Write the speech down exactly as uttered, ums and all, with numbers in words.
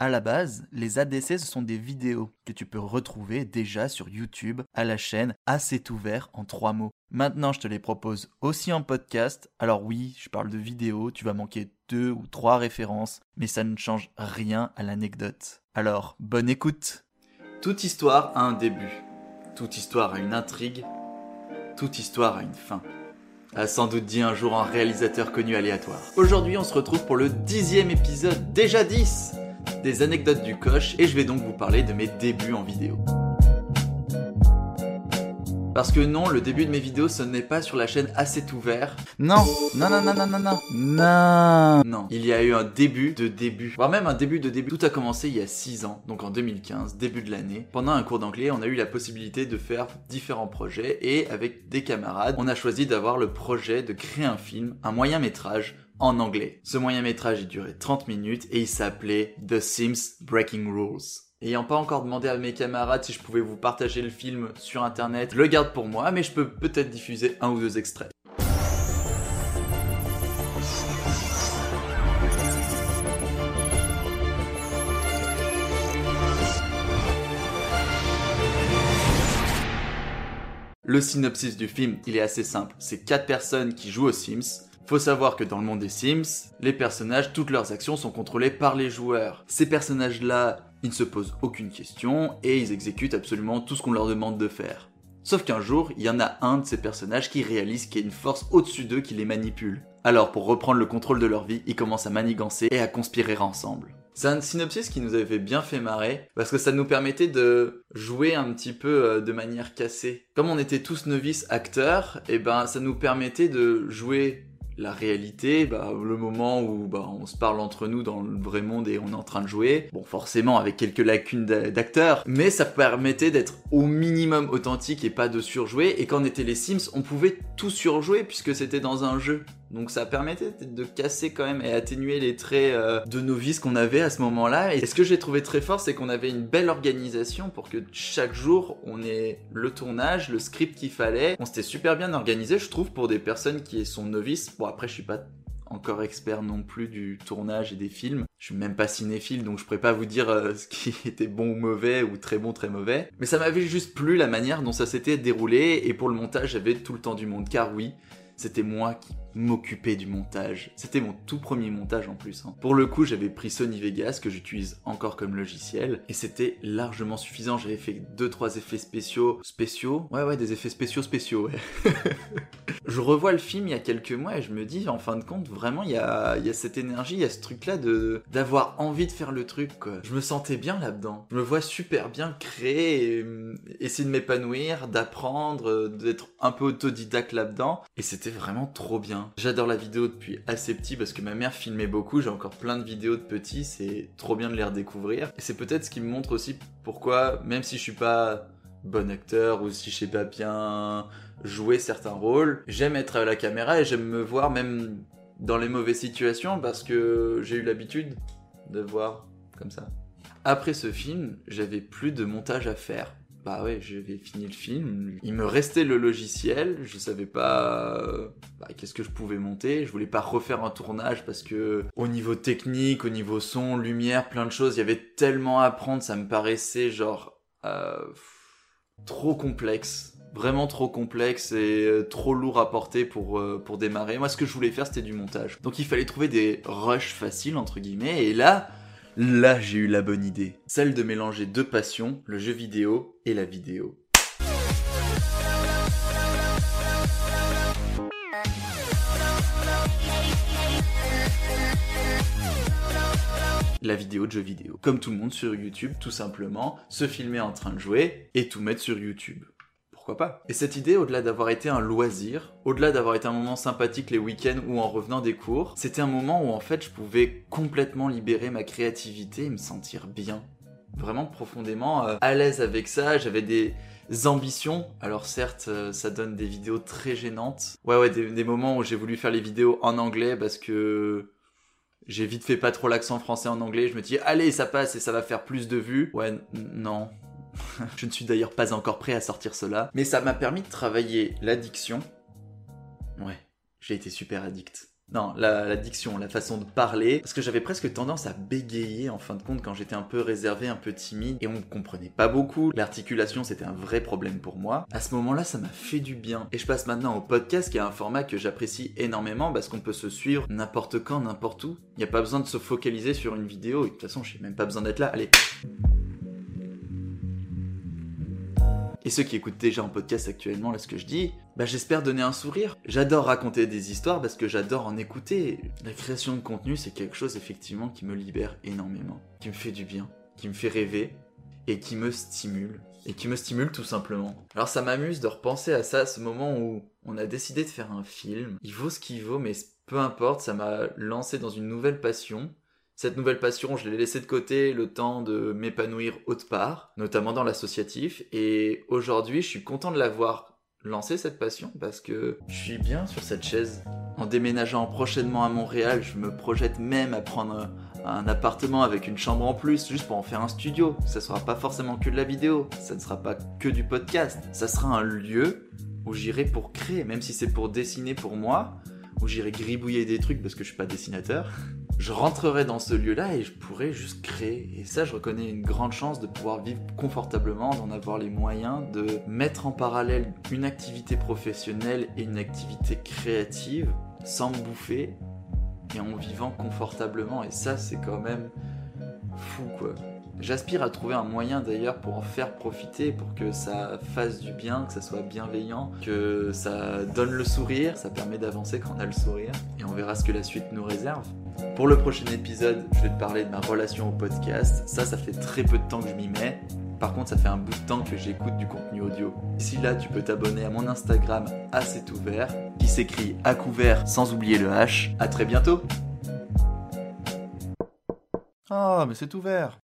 À la base, les A D C, ce sont des vidéos que tu peux retrouver déjà sur YouTube à la chaîne « Ah, c'est ouvert » en trois mots. Maintenant, je te les propose aussi en podcast. Alors oui, je parle de vidéos, tu vas manquer deux ou trois références, mais ça ne change rien à l'anecdote. Alors, bonne écoute. Toute histoire a un début, toute histoire a une intrigue, toute histoire a une fin. A sans doute dit un jour un réalisateur connu aléatoire. Aujourd'hui, on se retrouve pour le dixième épisode, déjà dix, des anecdotes du coach, et je vais donc vous parler de mes débuts en vidéo. Parce que non, le début de mes vidéos, ce n'est pas sur la chaîne Ah, c'est ouvert. Non, non, non, non, non, non, non, non, non. Il y a eu un début de début, voire même un début de début. Tout a commencé il y a six ans, donc en deux mille quinze, début de l'année. Pendant un cours d'anglais, on a eu la possibilité de faire différents projets et avec des camarades, on a choisi d'avoir le projet de créer un film, un moyen métrage, en anglais. Ce moyen métrage, il durait trente minutes et il s'appelait The Sims Breaking Rules. Ayant pas encore demandé à mes camarades si je pouvais vous partager le film sur internet, je le garde pour moi, mais je peux peut-être diffuser un ou deux extraits. Le synopsis du film, il est assez simple. C'est quatre personnes qui jouent aux Sims. Faut savoir que dans le monde des Sims, les personnages, toutes leurs actions sont contrôlées par les joueurs. Ces personnages-là, ils ne se posent aucune question et ils exécutent absolument tout ce qu'on leur demande de faire. Sauf qu'un jour, il y en a un de ces personnages qui réalise qu'il y a une force au-dessus d'eux qui les manipule. Alors, pour reprendre le contrôle de leur vie, ils commencent à manigancer et à conspirer ensemble. C'est un synopsis qui nous avait bien fait marrer, parce que ça nous permettait de jouer un petit peu de manière cassée. Comme on était tous novices acteurs, et ben ça nous permettait de jouer la réalité, bah, le moment où bah, on se parle entre nous dans le vrai monde et on est en train de jouer, bon forcément avec quelques lacunes d'acteurs, mais ça permettait d'être au minimum authentique et pas de surjouer, et quand on était les Sims, on pouvait tout surjouer puisque c'était dans un jeu. Donc ça permettait de casser quand même et atténuer les traits euh, de novices qu'on avait à ce moment-là. Et ce que j'ai trouvé très fort, c'est qu'on avait une belle organisation pour que chaque jour, on ait le tournage, le script qu'il fallait. On s'était super bien organisé, je trouve, pour des personnes qui sont novices. Bon, après, je suis pas encore expert non plus du tournage et des films. Je suis même pas cinéphile, donc je pourrais pas vous dire euh, ce qui était bon ou mauvais, ou très bon, très mauvais. Mais ça m'avait juste plu la manière dont ça s'était déroulé, et pour le montage, j'avais tout le temps du monde, car oui, c'était moi qui m'occupais du montage. C'était mon tout premier montage en plus. Hein. Pour le coup, j'avais pris Sony Vegas, que j'utilise encore comme logiciel, et c'était largement suffisant. J'avais fait deux trois effets spéciaux. Spéciaux Ouais, ouais, des effets spéciaux spéciaux, ouais. Je revois le film il y a quelques mois et je me dis, en fin de compte, vraiment, il y a, il y a cette énergie, il y a ce truc-là de d'avoir envie de faire le truc, quoi. Je me sentais bien là-dedans. Je me vois super bien créer, et, essayer de m'épanouir, d'apprendre, d'être un peu autodidacte là-dedans, et c'était vraiment trop bien. J'adore la vidéo depuis assez petit parce que ma mère filmait beaucoup, j'ai encore plein de vidéos de petits, c'est trop bien de les redécouvrir. Et c'est peut-être ce qui me montre aussi pourquoi, même si je suis pas bon acteur ou si je sais pas bien jouer certains rôles, j'aime être à la caméra et j'aime me voir même dans les mauvaises situations parce que j'ai eu l'habitude de voir comme ça. Après ce film, j'avais plus de montage à faire. Bah ouais, j'avais fini le film, il me restait le logiciel, je savais pas euh, bah, qu'est-ce que je pouvais monter, je voulais pas refaire un tournage parce que au niveau technique, au niveau son, lumière, plein de choses, il y avait tellement à apprendre, ça me paraissait genre euh, trop complexe, vraiment trop complexe et euh, trop lourd à porter pour, euh, pour démarrer. Moi ce que je voulais faire c'était du montage, donc il fallait trouver des rushs faciles entre guillemets, et là... Là, j'ai eu la bonne idée. Celle de mélanger deux passions, le jeu vidéo et la vidéo. La vidéo de jeu vidéo. Comme tout le monde sur YouTube, tout simplement, se filmer en train de jouer et tout mettre sur YouTube. Pourquoi pas ? Et cette idée, au-delà d'avoir été un loisir, au-delà d'avoir été un moment sympathique les week-ends ou en revenant des cours, c'était un moment où en fait je pouvais complètement libérer ma créativité et me sentir bien. Vraiment profondément euh, à l'aise avec ça, j'avais des ambitions. Alors certes, euh, ça donne des vidéos très gênantes. Ouais ouais, des, des moments où j'ai voulu faire les vidéos en anglais parce que... j'ai vite fait pas trop l'accent français en anglais, je me dis allez ça passe et ça va faire plus de vues. Ouais, n- non... Je ne suis d'ailleurs pas encore prêt à sortir cela, mais ça m'a permis de travailler l'addiction. Ouais, j'ai été super addict. Non, la, la diction, la façon de parler, parce que j'avais presque tendance à bégayer en fin de compte quand j'étais un peu réservé, un peu timide, et on me comprenait pas beaucoup. L'articulation, c'était un vrai problème pour moi. À ce moment-là, ça m'a fait du bien. Et je passe maintenant au podcast, qui est un format que j'apprécie énormément, parce qu'on peut se suivre n'importe quand, n'importe où. Il n'y a pas besoin de se focaliser sur une vidéo, et de toute façon, j'ai même pas besoin d'être là. Allez. Et ceux qui écoutent déjà en podcast actuellement, là, ce que je dis, bah j'espère donner un sourire. J'adore raconter des histoires parce que j'adore en écouter. La création de contenu, c'est quelque chose effectivement qui me libère énormément, qui me fait du bien, qui me fait rêver et qui me stimule. Et qui me stimule tout simplement. Alors ça m'amuse de repenser à ça, à ce moment où on a décidé de faire un film. Il vaut ce qu'il vaut, mais peu importe, ça m'a lancé dans une nouvelle passion. Cette nouvelle passion, je l'ai laissée de côté le temps de m'épanouir autre part, notamment dans l'associatif. Et aujourd'hui, je suis content de l'avoir lancée, cette passion, parce que je suis bien sur cette chaise. En déménageant prochainement à Montréal, je me projette même à prendre un appartement avec une chambre en plus, juste pour en faire un studio. Ça sera pas forcément que de la vidéo, ça ne sera pas que du podcast. Ça sera un lieu où j'irai pour créer, même si c'est pour dessiner pour moi, où j'irai gribouiller des trucs parce que je suis pas dessinateur. Je rentrerai dans ce lieu-là et je pourrai juste créer. Et ça, je reconnais une grande chance de pouvoir vivre confortablement, d'en avoir les moyens, de mettre en parallèle une activité professionnelle et une activité créative sans me bouffer et en vivant confortablement. Et ça, c'est quand même fou, quoi. J'aspire à trouver un moyen d'ailleurs pour en faire profiter, pour que ça fasse du bien, que ça soit bienveillant, que ça donne le sourire, ça permet d'avancer quand on a le sourire, et on verra ce que la suite nous réserve. Pour le prochain épisode, je vais te parler de ma relation au podcast. Ça, ça fait très peu de temps que je m'y mets. Par contre, ça fait un bout de temps que j'écoute du contenu audio. D'ici là, tu peux t'abonner à mon Instagram à c'est ouvert, qui s'écrit à couvert sans oublier le H. À très bientôt. Ah, mais c'est ouvert.